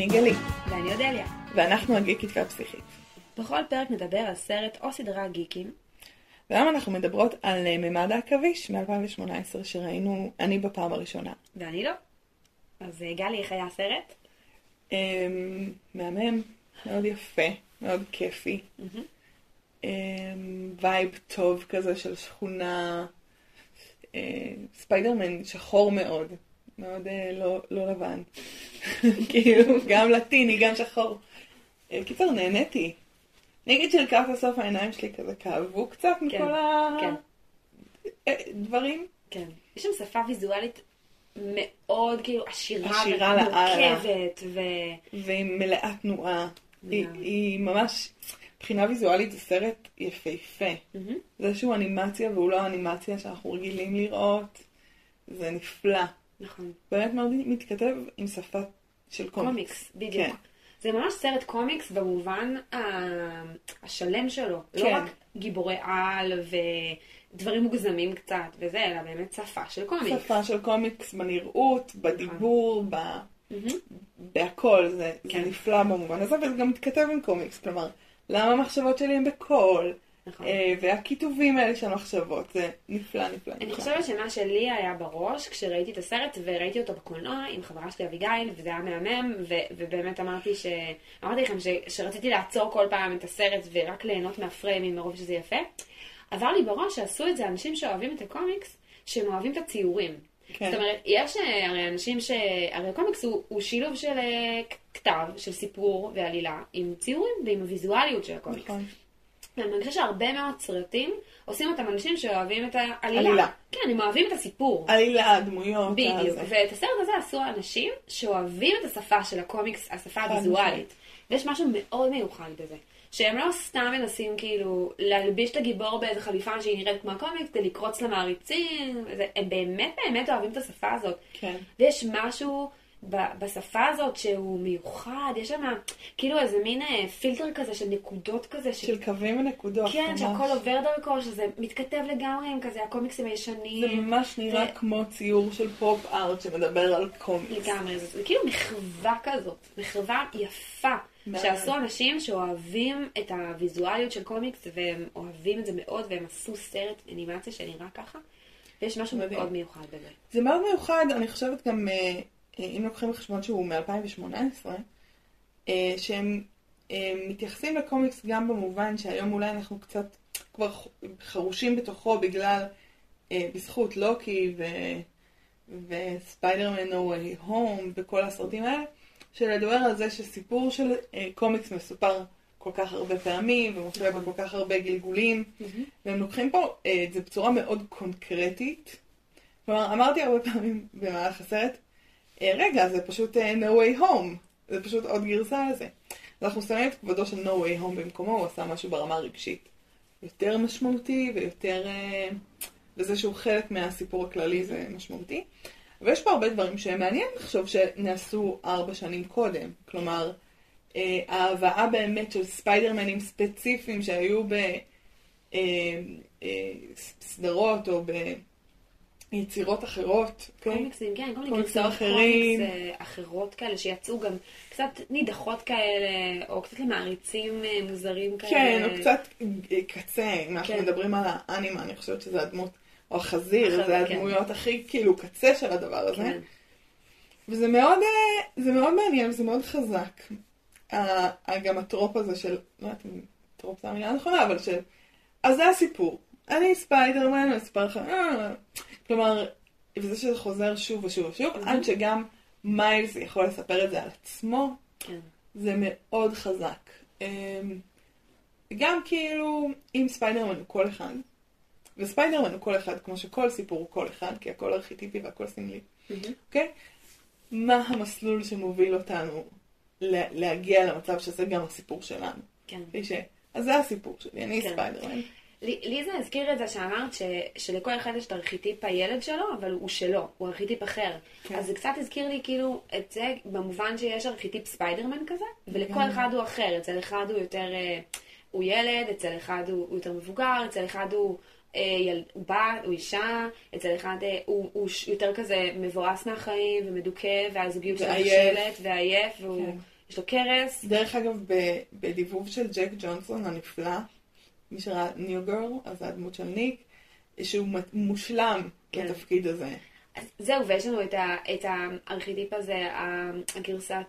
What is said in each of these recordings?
אני גלי. ואני אודליה. ואנחנו הגיקית והפסיכית. בכל פרק נדבר על סרט או סדרה גיקים. והיום אנחנו מדברות על ממד העכביש מ-2018 שראינו אני בפעם הראשונה. ואני לא. אז גלי, איך היה הסרט? מהמם, מאוד יפה, מאוד כיפי. וייב טוב כזה של שכונה, ספיידרמן שחור מאוד, מאוד לא לבן. כאילו, גם לטיני, גם שחור. קיצור, נהניתי. נגיד שלקראת הסוף העיניים שלי כזה כאבו קצת מכל הדברים. כן. יש שם שפה ויזואלית מאוד כאילו עשירה ומורכבת ועם מלאה תנועה. היא ממש, מבחינה ויזואלית זה סרט יפהפה. זה שהוא אנימציה והוא לא אנימציה שאנחנו רגילים לראות. זה נפלא. נכון. באמת מאוד מתכתב עם שפה של קומיקס. קומיקס, בדיוק. זה ממש סרט קומיקס במובן השלם שלו. לא רק גיבורי על ודברים מוגזמים קצת וזה, אלא באמת שפה של קומיקס. שפה של קומיקס בנראות, בדיבור, בהכל. זה נפלא במובן הזה, וזה גם מתכתב עם קומיקס. כלומר, למה המחשבות שלי הם בכל? והכיתובים האלה של המחשבות, זה נפלא. אני חושבת שמה שלי היה בראש, כשראיתי את הסרט וראיתי אותו בקולנוע עם חברה שלי אביגיל, וזה היה מהמם, ובאמת אמרתי לכם שרציתי לעצור כל פעם את הסרט ורק ליהנות מהפריימים מרוב שזה יפה. עבר לי בראש שעשו את זה אנשים שאוהבים את הקומיקס, שהם אוהבים את הציורים. זאת אומרת, יש הרי אנשים הרי הקומיקס הוא שילוב של כתב, של סיפור ועלילה, עם ציורים ועם הוויזואליות של הקומיקס. אני חושבת שהרבה מאוד סרטים עושים אותם אנשים שאוהבים את העלילה. כן, הם אוהבים את הסיפור. עלילה, דמויות. בדיוק. ואת הסרט הזה עשו אנשים שאוהבים את השפה של הקומיקס, השפה הוויזואלית. ויש משהו מאוד מיוחד בזה. שהם לא סתם מנסים כאילו להלביש את הגיבור באיזה חליפה שהיא נראית כמו הקומיקס, כדי לקרוץ למעריצים. הם באמת אוהבים את השפה הזאת. כן. ויש משהו בשפה הזאת שהוא מיוחד, יש שם כאילו איזה מין פילטר כזה של נקודות כזה. של קווים ונקודות. כן, שהכל עובר דרכו, שזה מתכתב לגמרי עם כזה הקומיקסים הישנים. זה ממש נראה כמו ציור של פופ ארט שמדבר על קומיקס. לגמרי, זה כאילו מחווה כזאת, מחווה יפה, שעשו אנשים שאוהבים את הוויזואליות של קומיקס, והם אוהבים את זה מאוד, והם עשו סרט אנימציה שנראה ככה, ויש משהו מאוד מיוחד בזה. זה מאוד מיוחד, אני חושבת גם אם לוקחים בחשבון שהוא מ-2018, שהם מתייחסים לקומיקס גם במובן שהיום אולי אנחנו קצת כבר חרושים בתוכו בזכות לוקי וספיידרמן No Way Home וכל הסרטים האלה, שלדבר על זה שסיפור של קומיקס מסופר כל כך הרבה פעמים ומופיע בכל כך הרבה גלגולים, והם לוקחים פה את זה בצורה מאוד קונקרטית. כלומר, אמרתי הרבה פעמים במהלך הסרט, רגע, זה פשוט No Way Home. זה פשוט עוד גרסה לזה. אנחנו שמים את כבודו של No Way Home במקומו, הוא עשה משהו ברמה רגשית. יותר משמעותי ויותר וזה שהוא חלק מהסיפור הכללי זה משמעותי. ויש פה הרבה דברים שמעניין לחשוב שנעשו 4 שנים קודם. כלומר, ההבאה באמת של ספיידרמנים ספציפיים שהיו בסדרות או יצירות אחרות, קומיקסים, כן, כל מיני גרסאות קומיקס אחרות כאלה שיצאו גם קצת נידחות כאלה, או קצת למעריצים מוזרים כאלה. כן, או קצת קצה, אם אנחנו מדברים על האנימה, אני חושבת שזה הדמות, או החזיר, זה הדמויות הכי כאילו קצה של הדבר הזה. וזה מאוד מעניין, וזה מאוד חזק. גם הטרופ הזה של, לא יודעת אם טרופ זה המילה הנכונה, אבל של, אז זה הסיפור. אני ספיידרמן, אני אספר לך, כלומר, וזה שזה חוזר שוב ושוב ושוב, עד שגם מיילס יכול לספר את זה על עצמו, זה מאוד חזק. גם כאילו, אם ספיידרמן הוא כל אחד, וספיידרמן הוא כל אחד, כמו שכל סיפור הוא כל אחד, כי הכל ארכיטיפי והכל סמלי, אוקיי? מה המסלול שמוביל אותנו להגיע למצב שזה גם הסיפור שלנו? כן. אז זה הסיפור שלי, אני ספיידרמן. לי זה הזכיר את זה שאמרת שלכל אחד יש את ארכיטיפ הילד שלו, אבל הוא שלו, הוא ארכיטיפ אחר. אז זה קצת הזכיר לי כאילו את זה במובן שיש ארכיטיפ ספיידרמן כזה, ולכל אחד הוא אחר. אצל אחד הוא יותר, הוא ילד, אצל אחד הוא יותר מבוגר, אצל אחד הוא בת, הוא אישה, אצל אחד הוא יותר כזה מבואס מהחיים ומדוכא, והזוגיות שלו נכשלת ועייף, והוא יש לו קרס. דרך אגב, בדיבוב של ג'ק ג'ונסון הנפלא, מי שראה ניו גרל, אז הדמות של ניק, שהוא מושלם בתפקיד הזה. אז זהו, ויש לנו את הארכיטיפ הזה, הגרסת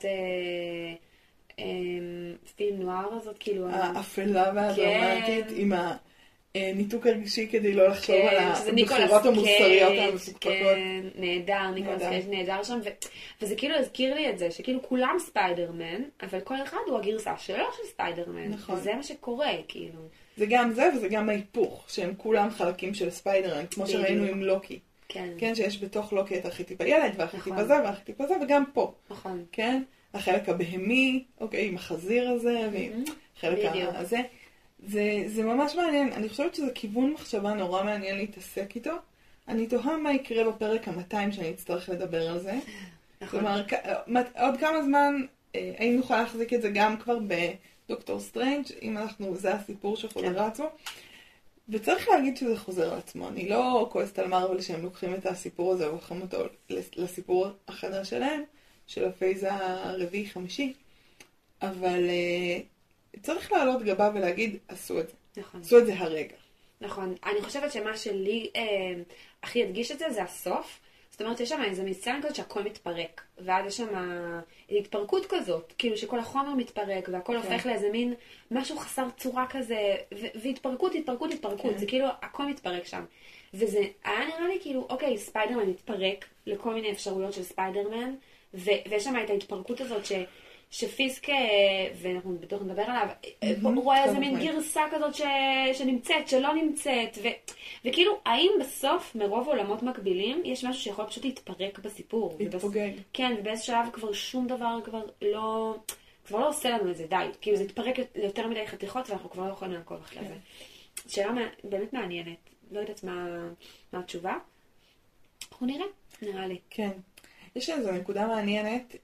פילם נואר הזאת, כאילו... האפלה והדרמטית עם הניתוק הרגשי כדי לא לחשוב על הבחירות המוסריות המפוקפקות. כן, נהדר, ניקולס קייג' נהדר שם, וזה כאילו הזכיר לי את זה, שכאילו כולם ספיידרמן, אבל כל אחד הוא הגרסה שלו של ספיידרמן. נכון. וזה מה שקורה, כאילו. זה גם זה וזה גם ההיפוך, שהם כולם חלקים של ספיידרמן, כמו שראינו עם לוקי. כן. כן, שיש בתוך לוקי את הארכיטיפ הילד, והארכיטיפ הזה, והארכיטיפ הזה, וגם פה. נכון. כן? החלק הבהמי, אוקיי, עם החזיר הזה, ועם חלק הזה. זה ממש מעניין. אני חושבת שזה כיוון מחשבה נורא מעניין להתעסק איתו. אני תוהה מה יקרה בפרק ה-200 שאני אצטרך לדבר על זה. נכון. כלומר, עוד כמה זמן, האם נוכל להחזיק את זה גם כבר בדוקטור סטרנג', אם זה הסיפור שחוזר על עצמו. וצריך להגיד שזה חוזר על עצמו. אני לא כועסת על מרוול שהם לוקחים את הסיפור הזה והופכים אותו לסיפור החדר שלהם, של הפייז הרביעי-חמישי. אבל צריך לעלות גבה ולהגיד, עשו את זה. נכון. עשו את זה הרגע. נכון. אני חושבת שמה שלי הכי הדגיש את זה, זה הסוף. זאת אומרת, יש שם איזה מסצנה כזאת שהכל מתפרק. ואז יש שם התפרקות כזאת, כאילו שכל החומר מתפרק, והכל הופך לאיזה מין משהו חסר צורה כזה, והתפרקות. זה כאילו, הכל מתפרק שם. וזה היה נראה לי כאילו, אוקיי, ספיידרמן מתפרק לכל מיני אפשרויות של ספיידרמן, ויש שם את ההתפרקות הזאת שפיסק, ואנחנו בטוח נדבר עליו, הוא רואה איזה מין גרסה כזאת שנמצאת, שלא נמצאת, וכאילו, האם בסוף, מרוב עולמות מקבילים, יש משהו שיכול פשוט להתפרק בסיפור? להתפוגג. כן, ובאיזה שלב כבר שום דבר כבר לא עושה לנו את זה, די. כאילו זה התפרק ליותר מדי חתיכות, ואנחנו כבר לא יכולים לעקוב אחרי זה. שאלה באמת מעניינת. לא יודעת מה התשובה. אנחנו נראה לי. כן. יש איזו נקודה מעניינת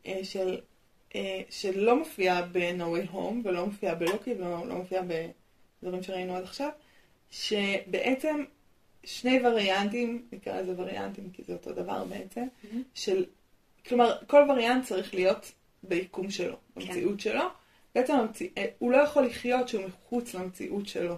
שלא מופיעה ב-No Way Home, ולא מופיעה בלוקי, ולא מופיעה בדברים שראינו עד עכשיו, שבעצם שני וריאנטים, נקרא לזה וריאנטים, כי זה אותו דבר בעצם, כלומר, כל וריאנט צריך להיות ביקום שלו, במציאות שלו. בעצם הוא לא יכול לחיות שהוא מחוץ למציאות שלו.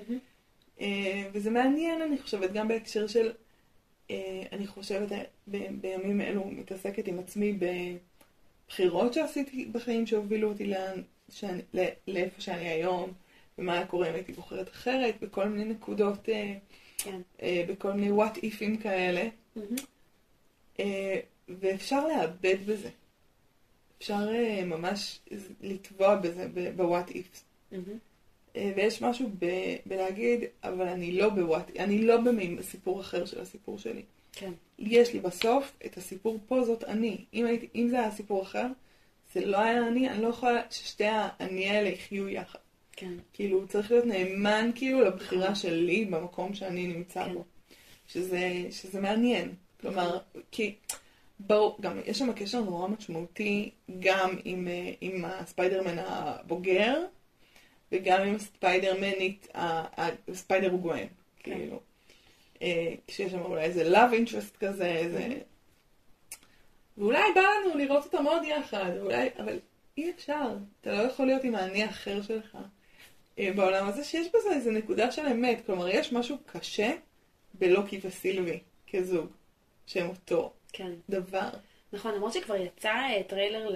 וזה מעניין, אני חושבת, גם בהקשר של, אני חושבת, בימים אלו מתעסקת עם עצמי בבחירות שעשיתי בחיים שהובילו אותי לאיפה שאני היום, ומה היה קורה אם הייתי בוחרת אחרת, בכל מיני נקודות, בכל מיני what if'ים כאלה. ואפשר לאבד בזה. אפשר ממש לטבוע בזה, ב-what ifs. ויש משהו בלהגיד, אבל אני לא בסיפור אחר של הסיפור שלי. כן. יש לי בסוף את הסיפור פה, זאת אני. אם זה היה סיפור אחר, זה לא היה אני לא יכולה ששתי האני האלה יחיו יחד. כן. כאילו, צריך להיות נאמן כאילו לבחירה שלי במקום שאני נמצא בו. שזה מעניין. כלומר, כי גם יש שם קשר נורא משמעותי גם עם הספיידרמן הבוגר, וגם עם הספיידרמנית, הספיידר הוא גואן. כאילו. כשיש שם אולי איזה love interest כזה, איזה... ואולי בא לנו לראות אותם עוד יחד, אבל אי אפשר. אתה לא יכול להיות עם האני האחר שלך. בעולם הזה שיש בזה איזו נקודה של אמת. כלומר, יש משהו קשה בלוקי וסילבי כזוג, שהם אותו דבר. נכון, למרות שכבר יצא טריילר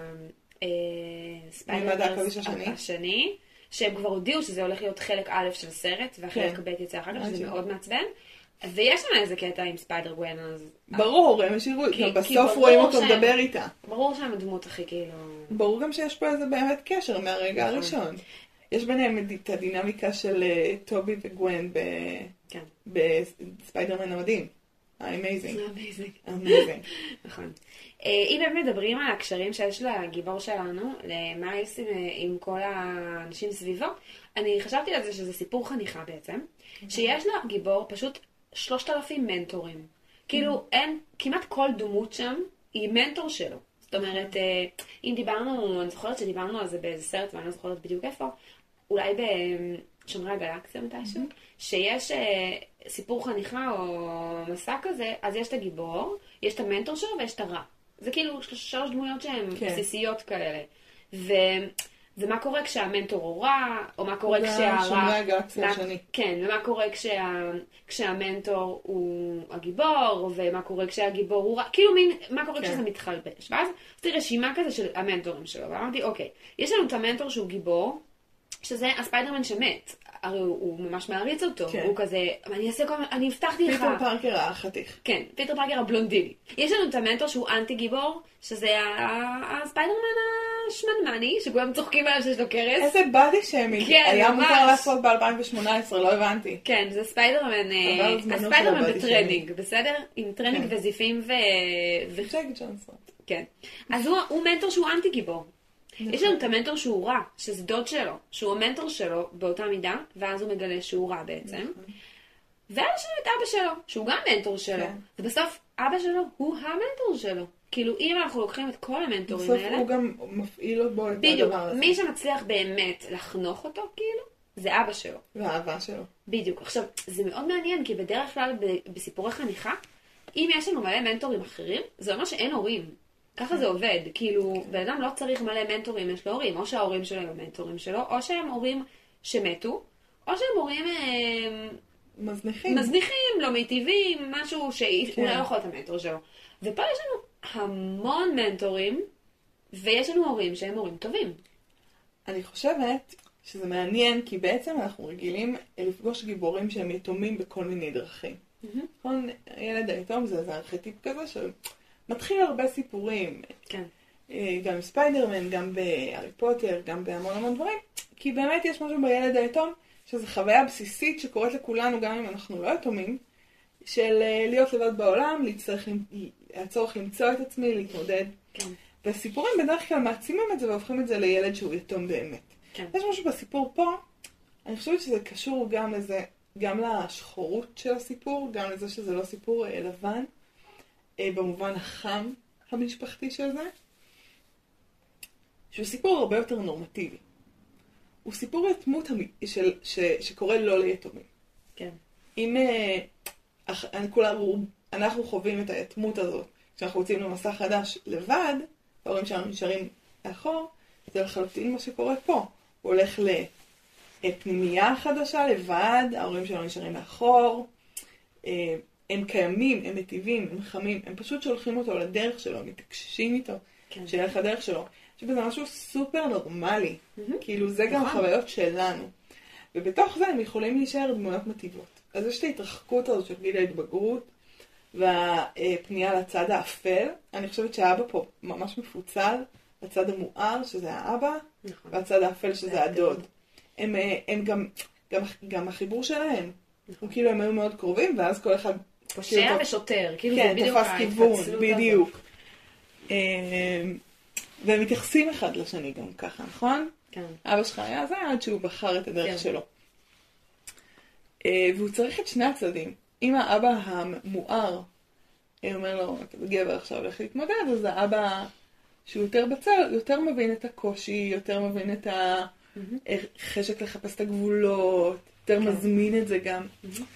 לספיידרמן השני, שהם כבר הודיעו שזה הולך להיות חלק א' של סרט, והחלק ב' יצא אחר כך, שזה מאוד מעצבן. ויש שם איזה קטע עם ספיידר גואן, אז... ברור, הם השאירו, בסוף רואים אותו מדבר איתה. ברור שהם הדמות הכי כאילו... ברור גם שיש פה איזה באמת קשר מהרגע הראשון. יש ביניהם את הדינמיקה של טובי וגואן בספיידרמן המדהים. האמייזינג. אמייזינג. נכון. אם באמת מדברים על הקשרים שיש לגיבור שלנו, למיילס עם כל האנשים סביבו, אני חשבתי על זה שזה סיפור חניכה בעצם, שיש לגיבור פשוט 3,000 מנטורים. כאילו, כמעט כל דמות שם היא מנטור שלו. זאת אומרת, אם דיברנו, אני זוכרת שדיברנו על זה באיזה סרט, ואני לא זוכרת בדיוק איפה, אולי בשומרי הגלקסיה מתישהו, שיש סיפור חניכה או מסע כזה, אז יש את הגיבור, יש את המנטור שלו ויש את הרע. זה כאילו 3 דמויות שהן בסיסיות כאלה. ומה קורה כשהמנטור הוא רע, או מה קורה שומרי הגלקסיה השני. כן, ומה קורה כשהמנטור הוא הגיבור, ומה קורה כשהגיבור הוא רע, כאילו מה קורה כשזה מתחלבש. ואז עשיתי רשימה כזה של המנטורים שלו, ואמרתי, אוקיי, יש לנו את המנטור שהוא גיבור, שזה הספיידרמן שמת. הרי הוא ממש מעריץ אותו, הוא כזה, אני הבטחתי לך. פיטר פארקר החתיך. כן, פיטר פארקר הבלונדיני. יש לנו את המנטור שהוא אנטי גיבור, שזה הספיידרמן השמנמני, שכולם צוחקים עליו שיש לו קרס. איזה באדי שמי, היה מותר לעשות ב-2018, לא הבנתי. כן, זה ספיידרמן, הספיידרמן בטרנינג, בסדר? עם טרנינג וזיפים ג'ק ג'ונסון. כן. אז הוא מנטור שהוא אנטי גיבור. יש לנו את המנטור שהוא רע, שזה דוד שלו, שהוא המנטור שלו באותה מידה, ואז הוא מגלה שהוא רע בעצם. ואז יש לנו את אבא שלו, שהוא גם מנטור שלו. ובסוף אבא שלו הוא המנטור שלו. כאילו אם אנחנו לוקחים את כל המנטורים האלה... בסוף הוא גם מפעיל בו את הדבר הזה. מי שמצליח באמת לחנוך אותו, כאילו, זה אבא שלו. והאהבה שלו. בדיוק. עכשיו, זה מאוד מעניין, כי בדרך כלל בסיפורי חניכה, אם יש לנו מלא מנטורים אחרים, זה אומר שאין הורים. ככה זה עובד, כאילו, בן אדם לא צריך מלא מנטורים, יש לו הורים, או שההורים שלו הם המנטורים שלו, או שהם הורים שמתו, או שהם הורים מזניחים, לא מיטיבים, משהו שאולי לא יכול להיות המנטור שלו. ופה יש לנו המון מנטורים, ויש לנו הורים שהם הורים טובים. אני חושבת שזה מעניין, כי בעצם אנחנו רגילים לפגוש גיבורים שהם יתומים בכל מיני דרכים. נכון? הילד היתום זה ארכיטיפ כזה מתחיל הרבה סיפורים. כן. גם עם ספיידרמן, גם בהארי פוטר, גם בהמון המון דברים. כי באמת יש משהו בילד היתום, שזו חוויה בסיסית שקורית לכולנו, גם אם אנחנו לא יתומים, של להיות לבד בעולם, הצורך למצוא את עצמי, להתמודד. כן. והסיפורים בדרך כלל מעצימים את זה והופכים את זה לילד שהוא יתום באמת. כן. יש משהו בסיפור פה, אני חושבת שזה קשור גם לזה, גם לשחורות של הסיפור, גם לזה שזה לא סיפור לבן. במובן החם המשפחתי של זה, שהוא סיפור הרבה יותר נורמטיבי. הוא סיפור יתמות שקורה לא ליתומים. כן. אם אנחנו חווים את היתמות הזאת, כשאנחנו יוצאים למסע חדש לבד, ההורים שלנו נשארים לאחור, זה לחלוטין מה שקורה פה. הוא הולך לפנימייה חדשה לבד, ההורים שלנו נשארים לאחור, הם קיימים, הם מטיבים, הם חמים, הם פשוט שולחים אותו לדרך שלו, מתקששים איתו, שילך לדרך שלו. שזה משהו סופר נורמלי, כאילו זה גם חוויות שלנו. ובתוך זה הם יכולים להישאר דמויות מטיבות. אז יש את ההתרחקות הזאת של גיל ההתבגרות, והפנייה לצד האפל. אני חושבת שהאבא פה ממש מפוצל, לצד המואר, שזה האבא, והצד האפל, שזה הדוד. הם גם החיבור שלהם. כאילו הם היו מאוד קרובים, ואז כל אחד... פושע ושוטר, כאילו זה כן, בדיוק תפס כיוון, בדיוק. והם מתייחסים אחד לשני גם ככה, נכון? כן. אבא שלך היה זה עד שהוא בחר את הדרך שלו. והוא צריך את שני הצדדים. אם האבא המואר אומר לו, אתה גבר עכשיו הולך להתמודד, אז האבא שהוא יותר בצל, יותר מבין את הקושי, יותר מבין את החשק לחפש את הגבולות, יותר מזמין את זה גם.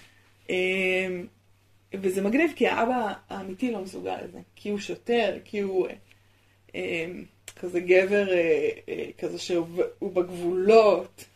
וזה מגניב כי האבא האמיתי לא מסוגל לזה. כי הוא שוטר, כי הוא כזה גבר, כזה שהוא בגבולות,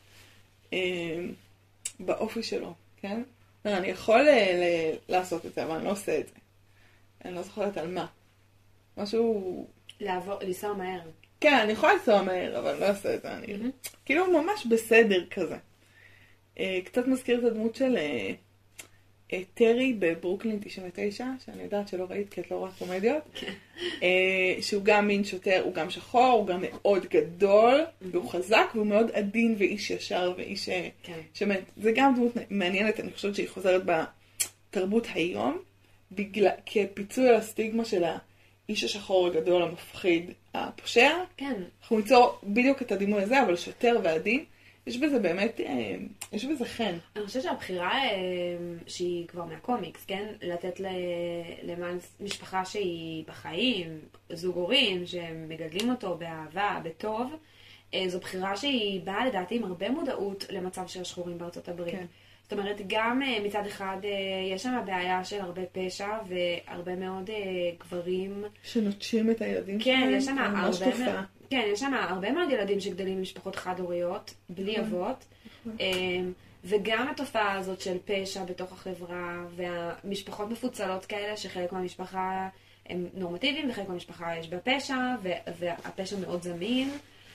באופי שלו, כן? אני יכול לעשות את זה, אבל אני לא עושה את זה. אני לא זוכרת על מה. משהו... לנסוע מהר. כן, אני יכולה לנסוע מהר, אבל אני לא עושה את זה. כאילו ממש בסדר כזה. קצת מזכיר את הדמות של טרי בברוקלין 99, שאני יודעת שלא ראית כי את לא רואה קומדיות. שהוא גם מין שוטר, הוא גם שחור, הוא גם מאוד גדול, והוא חזק, והוא מאוד עדין ואיש ישר ואיש שמת. זה גם דמות מעניינת, אני חושבת שהיא חוזרת בתרבות היום, כפיצוי על הסטיגמה של האיש השחור הגדול, המפחיד, הפושע. כן. אנחנו ניצור בדיוק את הדימוי הזה, אבל שוטר ועדין. יש בזה באמת, יש בזה חן. אני חושבת שהבחירה שהיא כבר מהקומיקס, כן? לתת למען משפחה שהיא בחיים, זוג הורים, שהם מגדלים אותו באהבה, בטוב, זו בחירה שהיא באה לדעתי עם הרבה מודעות למצב של השחורים בארצות הברית. כן. זאת אומרת, גם מצד אחד יש שם בעיה של הרבה פשע והרבה מאוד גברים. שנוטשים את הילדים שלהם. כן, יש שם הרבה, כן, יש שם הרבה מאוד ילדים שגדלים במשפחות חד-הוריות, בלי אבות. וגם התופעה הזאת של פשע בתוך החברה, והמשפחות מפוצלות כאלה, שחלק מהמשפחה הם נורמטיביים, וחלק מהמשפחה יש בה פשע, והפשע מאוד זמין.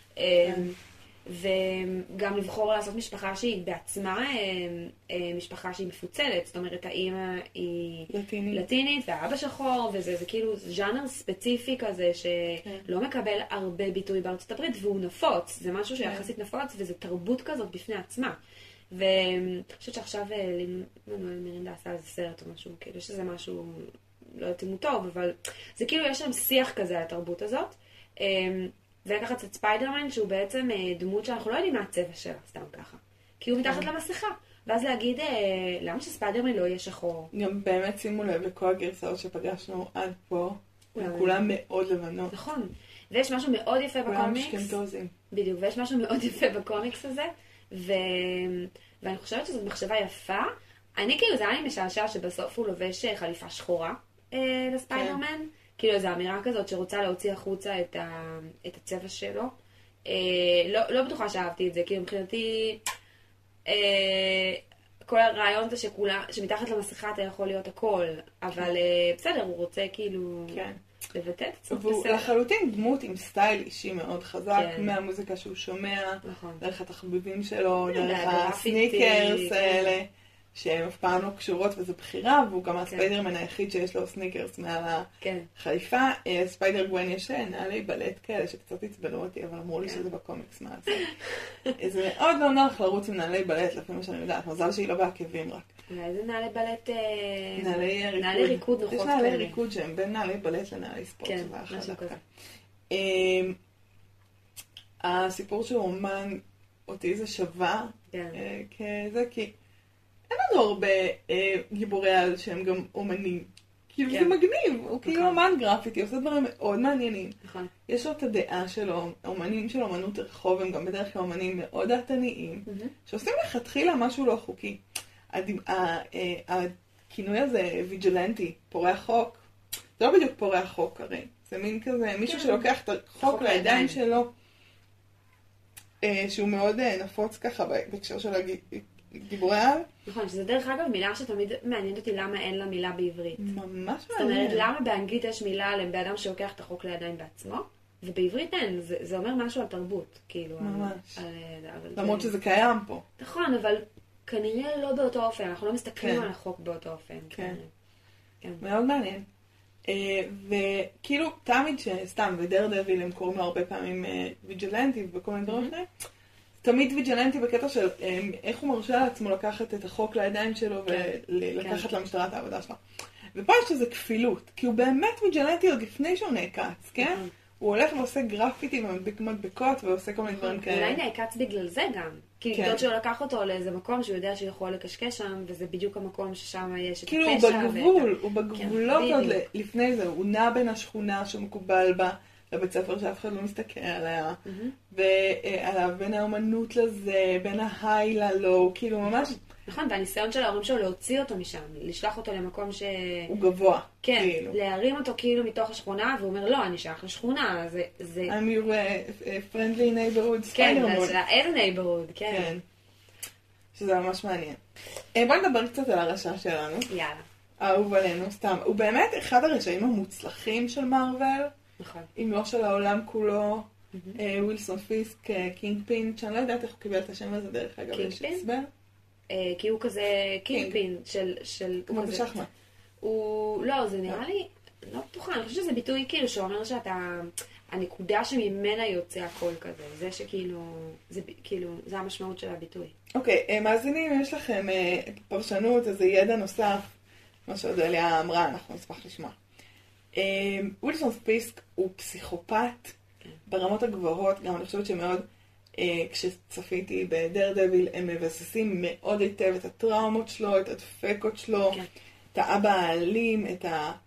וגם לבחור לעשות משפחה שהיא בעצמה משפחה שהיא מפוצלת, זאת אומרת האמא היא לטינית והאבא שחור, וזה כאילו ז'אנר ספציפי כזה שלא מקבל הרבה ביטוי בארצות הברית, והוא נפוץ, זה משהו שיחסית נפוץ, וזה תרבות כזאת בפני עצמה. ואני חושבת שעכשיו מנואל מירינדה עשה איזה סרט או משהו, כאילו שזה משהו, לא יודעת אם הוא טוב, אבל זה כאילו יש שם שיח כזה על התרבות הזאת. ולקחת את ספיידרמן, שהוא בעצם דמות שאנחנו לא יודעים מה הצבע שלה, סתם ככה. כי הוא מתחת למסכה. ואז להגיד, למה שספיידרמן לא יהיה שחור? גם באמת שימו לב לכל הגרסאות שפגשנו עד פה, כולם מאוד לבנות. נכון. ויש משהו מאוד יפה בקומיקס. כולם משכנתוזים. בדיוק, ויש משהו מאוד יפה בקומיקס הזה, ואני חושבת שזאת מחשבה יפה. אני כאילו, זה היה לי משעשע שבסוף הוא לובש חליפה שחורה לספיידרמן. כאילו איזו אמירה כזאת שרוצה להוציא החוצה את הצבע שלו. לא בטוחה שאהבתי את זה, כאילו מבחינתי כל הרעיון זה שמתחת למסכה אתה יכול להיות הכל, אבל בסדר, הוא רוצה כאילו לבטא את עצמו. והוא לחלוטין דמות עם סטייל אישי מאוד חזק, מהמוזיקה שהוא שומע, דרך התחביבים שלו, דרך הסניקרס האלה. שהן אף פעם לא קשורות וזו בחירה, והוא גם הספיידרמן היחיד שיש לו סניקרס מעל החליפה. ספיידר גווין יש נעלי בלט כאלה שקצת הצבנו אותי, אבל אמרו לי שזה בקומיקס מה זה. זה מאוד לא נוח לרוץ עם נעלי בלט, לפי מה שאני יודעת, מזל שהיא לא בעקבים רק. אולי זה נעלי בלט... נעלי ריקוד נוחות. יש נעלי ריקוד שהם בין נעלי בלט לנעלי ספורט. כן, משהו כזה. הסיפור של אומן אותי זה שווה, כזה כי... אין לנו הרבה גיבורי על שהם גם אומנים. כאילו זה מגניב, הוא כאילו אומן גרפיטי, עושה דברים מאוד מעניינים. יש לו את הדעה שלו, אומנים של אומנות רחוב הם גם בדרך כלל אומנים מאוד דעתניים, שעושים לכתחילה משהו לא חוקי. הכינוי הזה, ויג'לנטי, פורע חוק, זה לא בדיוק פורע חוק הרי, זה מין כזה, מישהו שלוקח את החוק לידיים שלו, שהוא מאוד נפוץ ככה בהקשר של גיבורי על. נכון, שזה דרך אגב מילה שתמיד מעניינת אותי למה אין לה מילה בעברית. ממש מעניין. זאת אומרת, למה באנגלית יש מילה לאדם שלוקח את החוק לידיים בעצמו, ובעברית אין, זה אומר משהו על תרבות, כאילו. ממש. למרות שזה קיים פה. נכון, אבל כנראה לא באותו אופן, אנחנו לא מסתכלים על החוק באותו אופן. כן. מאוד מעניין. וכאילו, תמיד שסתם, ודרדוויל הם קוראים לו הרבה פעמים ויג'לנטי וכל מיני דברים אחרים, תמיד ויג'לנטי בקטע של איך הוא מרשה לעצמו לקחת את החוק לידיים שלו ולקחת למשטרה את העבודה שלו. ופה יש איזו כפילות, כי הוא באמת ויג'לנטי עוד לפני שהוא נעקץ, כן? הוא הולך ועושה גרפיטי ומדביק מדבקות ועושה כל מיני דברים כאלה. אולי נעקץ בגלל זה גם. כי גדול שהוא לקח אותו לאיזה מקום שהוא יודע שהוא יכול לקשקש שם, וזה בדיוק המקום ששם יש את הפשע. כאילו הוא בגבולות עוד לפני זה, הוא נע בין השכונה שמקובל בה, לבית ספר שאף אחד לא מסתכל עליה, ועליו בין האומנות לזה, בין ההיי ללו, כאילו ממש... נכון, והניסיון של ההורים שלו להוציא אותו משם, לשלוח אותו למקום ש... הוא גבוה, כן, כאילו. להרים אותו כאילו מתוך השכונה, והוא אומר, לא, אני שייך לשכונה, זה... I'm your friendly neighborhood spider-man. כן, איזה neighborhood, כן. שזה ממש מעניין. בוא נדבר קצת על הרשע שלנו. יאללה. אהוב עלינו, סתם. הוא באמת אחד הרשעים המוצלחים של מארוול. נכון. אם לא של העולם כולו, ווילסון פיסק, קינג פין, שאני לא יודעת איך הוא קיבל את השם הזה דרך אגב. קינג פין? כי הוא כזה קינג פין של... כמו בשחמט. הוא... לא, זה נראה לי... לא בטוחה, אני חושבת שזה ביטוי כאילו שאומר שאתה... הנקודה שממנה יוצא הכל כזה. זה שכאילו... זה כאילו... זה המשמעות של הביטוי. אוקיי, מאזינים, יש לכם פרשנות, איזה ידע נוסף, מה שאודליה אמרה, אנחנו נשמח לשמוע. ווילסון פיסק הוא פסיכופת ברמות הגבוהות, גם אני חושבת שמאוד, כשצפיתי בדרדוויל, הם מבססים מאוד היטב את הטראומות שלו, את הדפקות שלו, את האבא האלים, את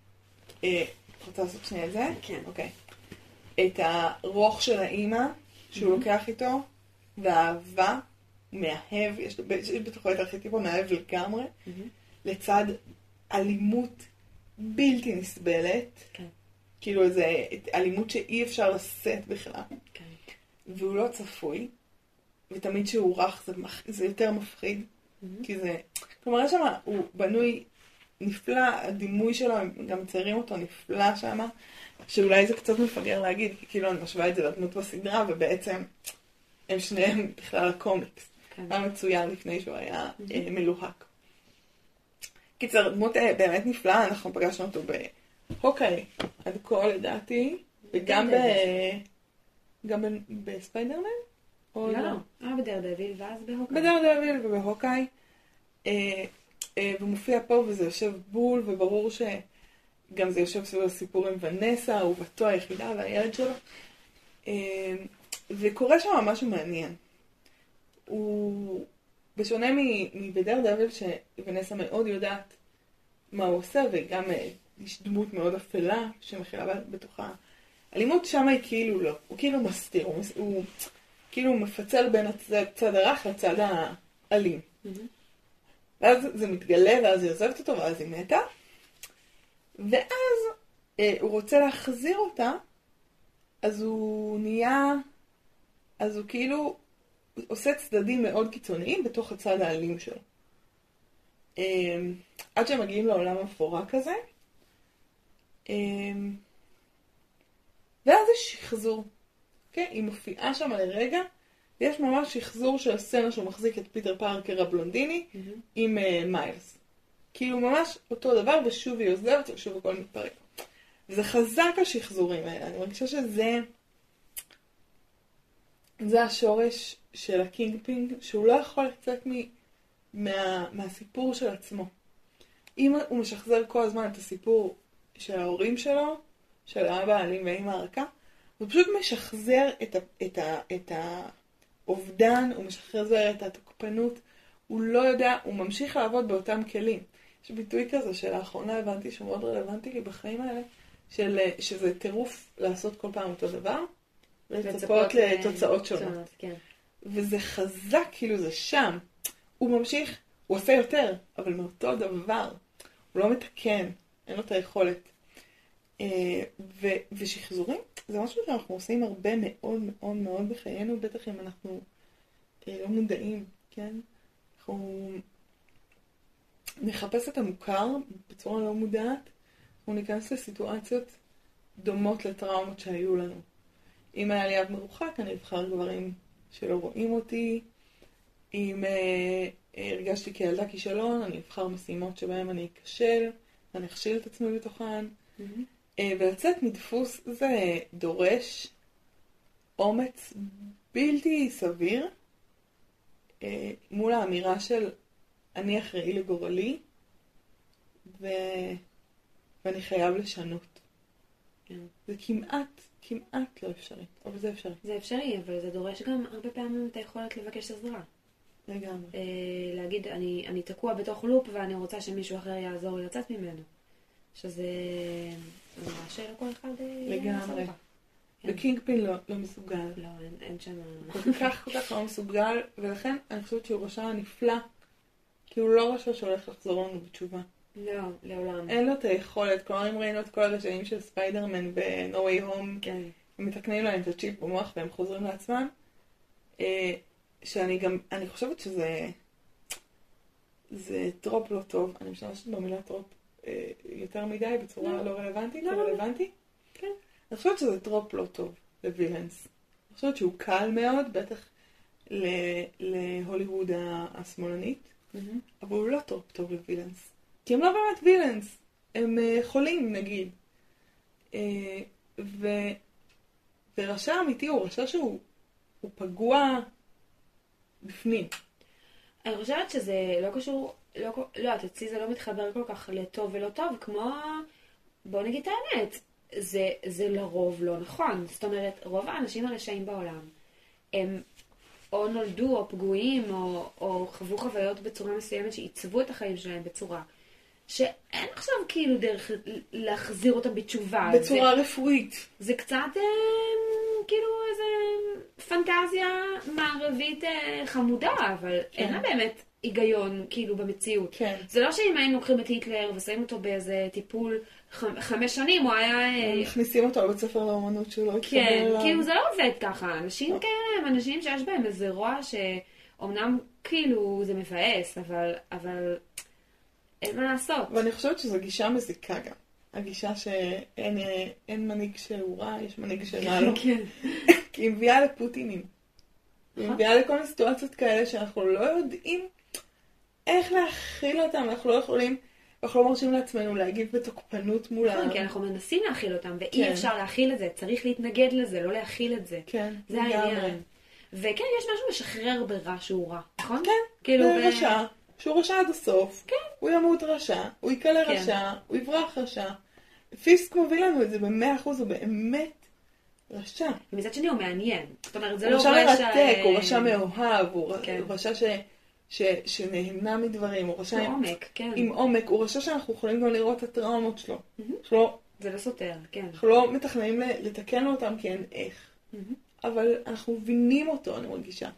רוצה לעשות שנייה את זה? כן. אוקיי. את הרוח של האימא שהוא לוקח איתו, והאהבה מאהב, יש בתוכו את הארכיטיפ המאהב לגמרי, לצד אלימות בלתי נסבלת, כאילו איזו אלימות שאי אפשר לשאת בכלל, והוא לא צפוי, ותמיד שהוא רך זה יותר מפחיד, כי זה, כלומר יש שם, הוא בנוי נפלא, הדימוי שלו, גם מציירים אותו נפלא שם, שאולי זה קצת מפגר להגיד, כי כאילו אני משווה את זה לדמות בסדרה, ובעצם הם שניהם בכלל הקומיקס. היה מצוין לפני שהוא היה מלוהק. קיצר, דמות באמת נפלאה, אנחנו פגשנו אותו בהוקאי, עד כה לדעתי, וגם בספיידרמן? לא, בדרדוויל ואז בהוקאי. בדרדוויל ובהוקאי. ומופיע פה וזה יושב בול, וברור שגם זה יושב סביב הסיפור עם ונסה, ובתו היחידה והילד שלו. וקורה שם משהו מעניין. הוא, בשונה מבדרדוויל, שונסה מאוד יודעת מה הוא עושה, וגם יש דמות מאוד אפלה שמכילה בתוכה. אלימות שם היא כאילו לא, הוא כאילו מסתיר, הוא כאילו מפצל בין הצד הרך לצד האלים. ואז זה מתגלה, ואז היא עוזבת אותו, ואז היא מתה. ואז הוא רוצה להחזיר אותה, אז הוא כאילו עושה צדדים מאוד קיצוניים בתוך הצד האלים שלו. עד שהם מגיעים לעולם המפורק הזה. ואז יש שחזור. היא מופיעה שם לרגע, ויש ממש שחזור של הסצנה שהוא מחזיק את פיטר פארקר הבלונדיני עם מיילס. כאילו ממש אותו דבר, ושוב היא עוזבת, ושוב הכל מתפרק. וזה חזק השחזורים האלה. אני מרגישה שזה השורש של הקינג פינג, שהוא לא יכול לצאת מהסיפור של עצמו. אם הוא משחזר כל הזמן את הסיפור של ההורים שלו, של האבא האלים והאמא הרכה, הוא פשוט משחזר את האובדן, הוא משחזר את התוקפנות, הוא לא יודע, הוא ממשיך לעבוד באותם כלים. יש ביטוי כזה שלאחרונה הבנתי שהוא מאוד רלוונטי לי בחיים האלה, שזה טירוף לעשות כל פעם אותו דבר, ולצפות לתוצאות שונות. כן. וזה חזק, כאילו זה שם. הוא ממשיך, הוא עושה יותר, אבל מאותו דבר. הוא לא מתקן, אין לו את היכולת. ושחזורים, זה משהו שאנחנו עושים הרבה מאוד מאוד מאוד בחיינו, בטח אם אנחנו לא מודעים, כן? אנחנו נחפש את המוכר בצורה לא מודעת, אנחנו ניכנס לסיטואציות דומות לטראומות שהיו לנו. אם היה לי אב מרוחק, אני אבחר גברים שלא רואים אותי. אם הרגשתי כילדה כישלון, אני אבחר משימות שבהן אני אכשל, אני אכשיל את עצמי בתוכן. ולצאת מדפוס זה דורש אומץ בלתי סביר מול האמירה של אני אחראי לגורלי ואני חייב לשנות. זה כמעט לא אפשרי, אבל זה אפשרי. זה אפשרי, אבל זה דורש גם הרבה פעמים את היכולת לבקש עזרה. לגמרי. להגיד, אני תקוע בתוך לופ ואני רוצה שמישהו אחר יעזור לצאת ממנו. שזה ממש שלכל אחד לגמרי. וקינג פין לא מסוגל. לא, אין שם כל כך לא מסוגל, ולכן אני חושבת שהוא רשע נפלא, כי הוא לא רשע שהולך לחזור לנו בתשובה. לא, לעולם. אין לו את היכולת, כלומר אם ראינו את כל הרשעים של ספיידרמן ב-No Way Home, כן. הם מתקנים להם את הצ'יפ במוח והם חוזרים לעצמם, אני חושבת זה טרופ לא טוב, אני משתמשת במילה טרופ יותר מדי בצורה לא רלוונטית, לא רלוונטי. כן. אני חושבת שזה טרופ לא טוב לווילנס. אני חושבת שהוא קל מאוד, בטח להוליווד השמאלנית, אבל הוא לא טרופ טוב לווילנס. כי הם לא באמת וילנס, הם חולים נגיד. ורשע אמיתי הוא רשע שהוא פגוע בפנים. אני חושבת שזה לא קשור, לא, אצלי זה לא מתחבר כל כך לטוב ולא טוב, כמו, בוא נגיד את האמת, זה לרוב לא נכון. זאת אומרת, רוב האנשים הרשעים בעולם, הם או נולדו או פגועים, או חוו חוויות בצורה מסוימת שעיצבו את החיים שלהם בצורה, שאין עכשיו כאילו דרך להחזיר אותם בתשובה. בצורה רפואית. זה קצת כאילו איזה פנטזיה מערבית חמודה, אבל אין לה באמת היגיון כאילו במציאות. כן. זה לא שאם היינו לוקחים את היטלר ושמים אותו באיזה טיפול 5 שנים, הוא היה... מכניסים אותו לבית ספר לאמנות שלו. כן, כאילו זה לא עובד ככה. אנשים כאלה הם אנשים שיש בהם איזה רוע שאומנם כאילו זה מבאס, אבל אין מה לעשות. ואני חושבת שזו גישה מזיקה גם. הגישה שאין מנהיג שהוא רע, יש מנהיג שרע לו. כי היא מביאה לפוטינים. היא מביאה לכל מיני סיטואציות כאלה שאנחנו לא יודעים איך להכיל אותם. אנחנו לא מרשים לעצמנו להגיב בתוקפנות מולם. כי אנחנו מנסים להכיל אותם, ואי אפשר להכיל את זה. צריך להתנגד לזה, לא להכיל את זה. כן. זה העניין. וכן, יש משהו משחרר ברע שהוא רע, נכון? כן, זה רשע. שהוא רשע עד הסוף. כן. הוא ימות רשע, הוא יקלה רשע, הוא יברח רשע. פיסק מוביל לנו את זה ב100%, הוא באמת רשע. ומצד שני הוא מעניין. זאת אומרת, זה לא רשע... רשע... הוא רשע מרתק, הוא רשע מאוהב, הוא רשע שנהנה מדברים, הוא רשע עם עומק, הוא רשע שאנחנו יכולים גם לראות את הטראומות שלו. זה לא סותר, כן. אנחנו לא מתכננים לתקן לו אותם כי אין איך. אבל אנחנו מבינים אותו, אני מרגישה.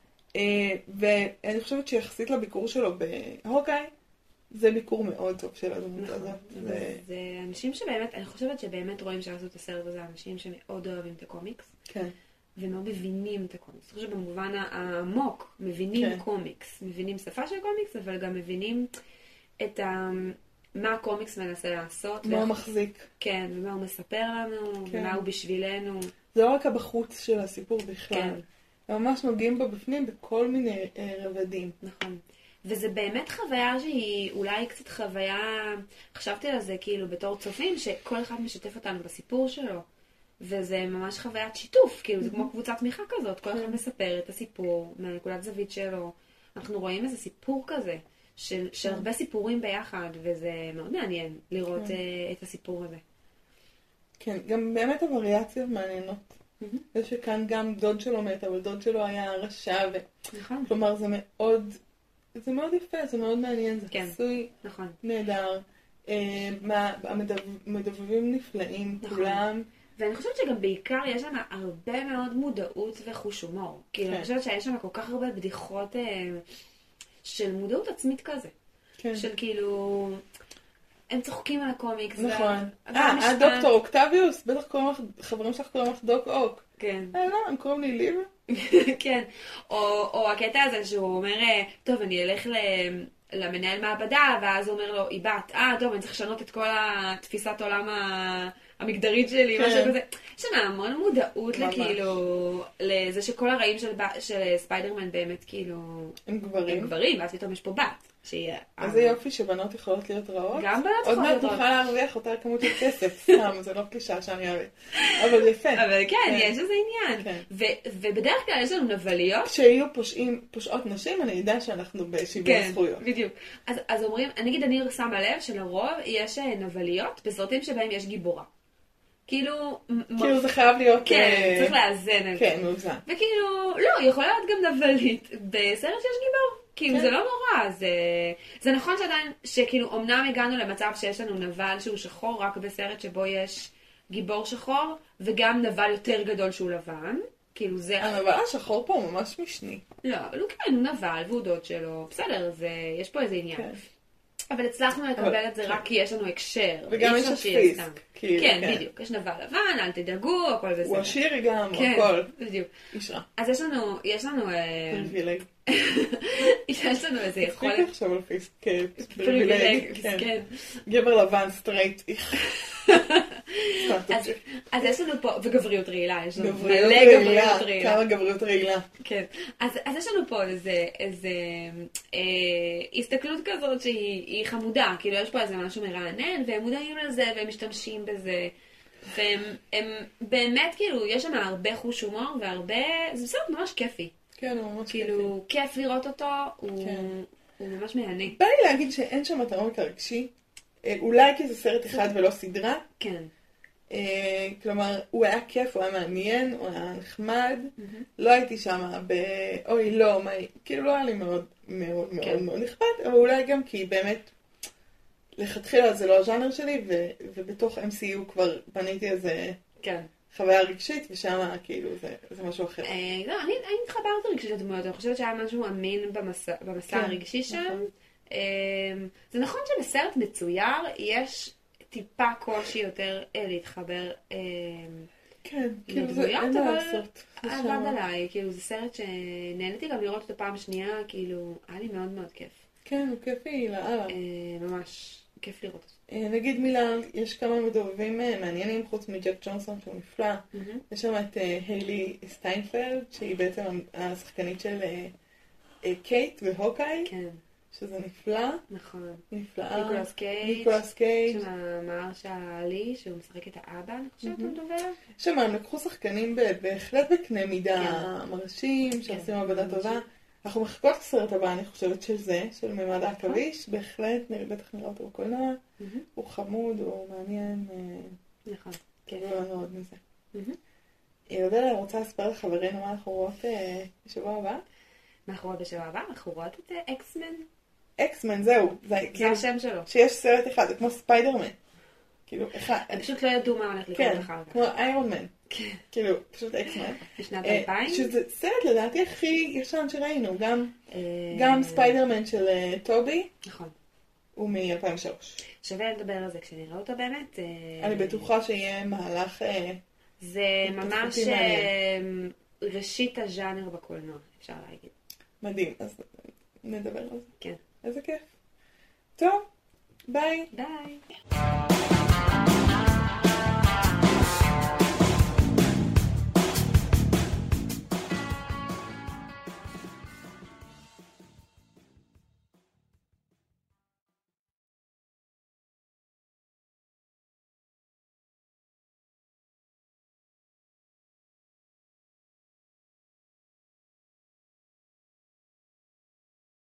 ואני חושבת שיחסית לביקור שלו בהוקאי, זה ביקור מאוד טוב של הדמות הזאת. זה אנשים שבאמת, אני חושבת שבאמת רואים שעשו את הסרט הזה, אנשים שמאוד אוהבים את הקומיקס. כן. ומאוד מבינים את הקומיקס. אני חושבת שבמובן העמוק, מבינים קומיקס. מבינים שפה של קומיקס, אבל גם מבינים את מה הקומיקס מנסה לעשות. מה הוא מחזיק. כן, ומה הוא מספר לנו, ומה הוא בשבילנו. זה לא רק הבחוץ של הסיפור בכלל. כן. הם ממש נוגעים בה בפנים בכל מיני רבדים. נכון. וזה באמת חוויה שהיא אולי קצת חוויה, חשבתי על זה כאילו בתור צופים, שכל אחד משתף אותנו בסיפור שלו. וזה ממש חוויית שיתוף, כאילו זה כמו קבוצת תמיכה כזאת, כל אחד מספר את הסיפור מהנקודת זווית שלו. אנחנו רואים איזה סיפור כזה, של הרבה סיפורים ביחד, וזה מאוד מעניין לראות את הסיפור הזה. כן, גם באמת הווריאציות מעניינות. זה שכאן גם דוד שלו מת, אבל דוד שלו היה רשע, כלומר זה מאוד יפה, זה מאוד מעניין, זה חסוי נהדר. המדבבים נפלאים, כולם. ואני חושבת שגם בעיקר יש שם הרבה מאוד מודעות וחוש הומור. כאילו, אני חושבת שיש שם כל כך הרבה בדיחות של מודעות עצמית כזה. של כאילו, הם צוחקים על הקומיקס. נכון. דוקטור אוקטביוס, בטח חברים שלך קוראים לך דוק אוק. כן. לא, הם קוראים לי ליב. כן. או הקטע הזה שהוא אומר, טוב, אני אלך למנהל מעבדה, ואז הוא אומר לו, איבת, טוב, אני צריך לשנות את כל התפיסת עולם המגדרית שלי, משהו כזה. יש שם המון מודעות לכאילו, לזה שכל הרעים של ספיידרמן באמת כאילו... הם גברים. הם גברים, ואז פתאום יש פה בת. איזה יופי שבנות יכולות להיות רעות. גם בנות יכולות להיות רעות. עוד מעט תוכל להרוויח אותה כמות של כסף, סתם, זה לא קלישה שאני אוהבת. אבל יפה. אבל כן, יש איזה עניין. ובדרך כלל יש לנו נבליות. כשיהיו פושעות נשים, אני יודע שאנחנו בשוויון זכויות. כן, בדיוק. אז אומרים, נגיד אני שמה לב שלרוב יש נבליות בסרטים שבהם יש גיבורה. כאילו זה חייב להיות... כן, צריך לאזן את זה. כן, מאוזן. וכאילו, לא, יכולה להיות גם נבלית בסרט שיש גיבור. כאילו זה לא נורא, זה נכון שעדיין, שכאילו אמנם הגענו למצב שיש לנו נבל שהוא שחור רק בסרט שבו יש גיבור שחור, וגם נבל יותר גדול שהוא לבן. כאילו זה... הנבל השחור פה הוא ממש משני. לא, אבל הוא כן, הוא נבל והוא דוד שלו. בסדר, יש פה איזה עניין. אבל הצלחנו לקבל את זה רק כי יש לנו הקשר. וגם יש הפיסק. כן, בדיוק. יש נבל לבן, אל תדאגו, הכל בסדר. הוא עשירי גם, הכל. בדיוק. אישה. אז יש לנו... פריבילג. יש לנו איזה יכולת... תספיק עכשיו על פיסק פריבילג. כן. גבר לבן, סטרייט. אז יש לנו פה, וגבריות רעילה, יש לנו מלא גבריות רעילה. כמה גבריות רעילה. כן. אז יש לנו פה איזה הסתכלות כזאת שהיא חמודה, כאילו יש פה איזה משהו מרענן, והם מודעים לזה, והם משתמשים בזה, והם באמת כאילו, יש שם הרבה חוש הומור, והרבה, זה בסדר ממש כיפי. כן, הוא ממש כיפי. כאילו, כיף לראות אותו, הוא ממש מהנה. בא לי להגיד שאין שם את העומק הרגשי, אולי כי זה סרט אחד ולא סדרה. כן. כלומר, הוא היה כיף, הוא היה מעניין, הוא היה נחמד. לא הייתי שם אוי לא, כאילו לא היה לי מאוד מאוד מאוד נכבד, אבל אולי גם כי באמת, לכתחילה זה לא הז'אנר שלי, ובתוך MCU כבר בניתי איזה חוויה רגשית, ושם כאילו זה משהו אחר. לא, אני התחברתי רגשית לדמויות, אני חושבת שהיה משהו אמין במסע הרגשי שם. זה נכון שבסרט מצויר יש טיפה קושי יותר להתחבר כן, כאילו זה לדמויות, אין מה אבל לעשות. עבד עליי, כאילו זה סרט שנהניתי גם לראות אותו פעם שנייה, כאילו היה לי מאוד מאוד כיף. כן, הוא כיפי לאללה. ממש כיף לראות אותו. נגיד מילה, יש כמה מדובבים מעניינים חוץ מג'ק ג'ונסון שהוא נפלא. יש שם את היילי סטיינפלד, שהיא בעצם השחקנית של קייט והוקאי, כן. שזה נפלא. נכון. נפלאה. ניקולס קייג'. יש שם מרשה לי, שהוא משחק את האבא, אני חושבת, הוא דובר. שם הם לקחו שחקנים בהחלט בקנה מידה מרשים, שעושים עבודה טובה. אנחנו מחכות לסרט הבא, אני חושבת של ממד העכביש, בהחלט, בטח נראה אותו בקולנוע. הוא חמוד, הוא מעניין. נכון. כן. מאוד מזה. ילדלה, רוצה לספר לחברינו מה אנחנו רואות בשבוע הבא? מה אנחנו רואות בשבוע הבא? אנחנו רואות את אקסמן. אקסמן, זהו. זה השם שלו. שיש סרט אחד, זה כמו ספיידרמן. כאילו, אחד. הם פשוט לא ידעו מה הולך לקרות אחר כך. כמו איירון מן. כאילו, פשוט אקסמן. בשנת 2000. שזה סרט לדעתי הכי ישן שראינו. גם ספיידרמן של טובי. נכון. הוא מ-2003. שווה לדבר על זה כשנראה אותו באמת. אני בטוחה שיהיה מהלך... זה ממש ראשית הז'אנר בקולנוע, אפשר להגיד. מדהים, אז נדבר על זה. כן. איזה כיף. טוב, ביי. ביי.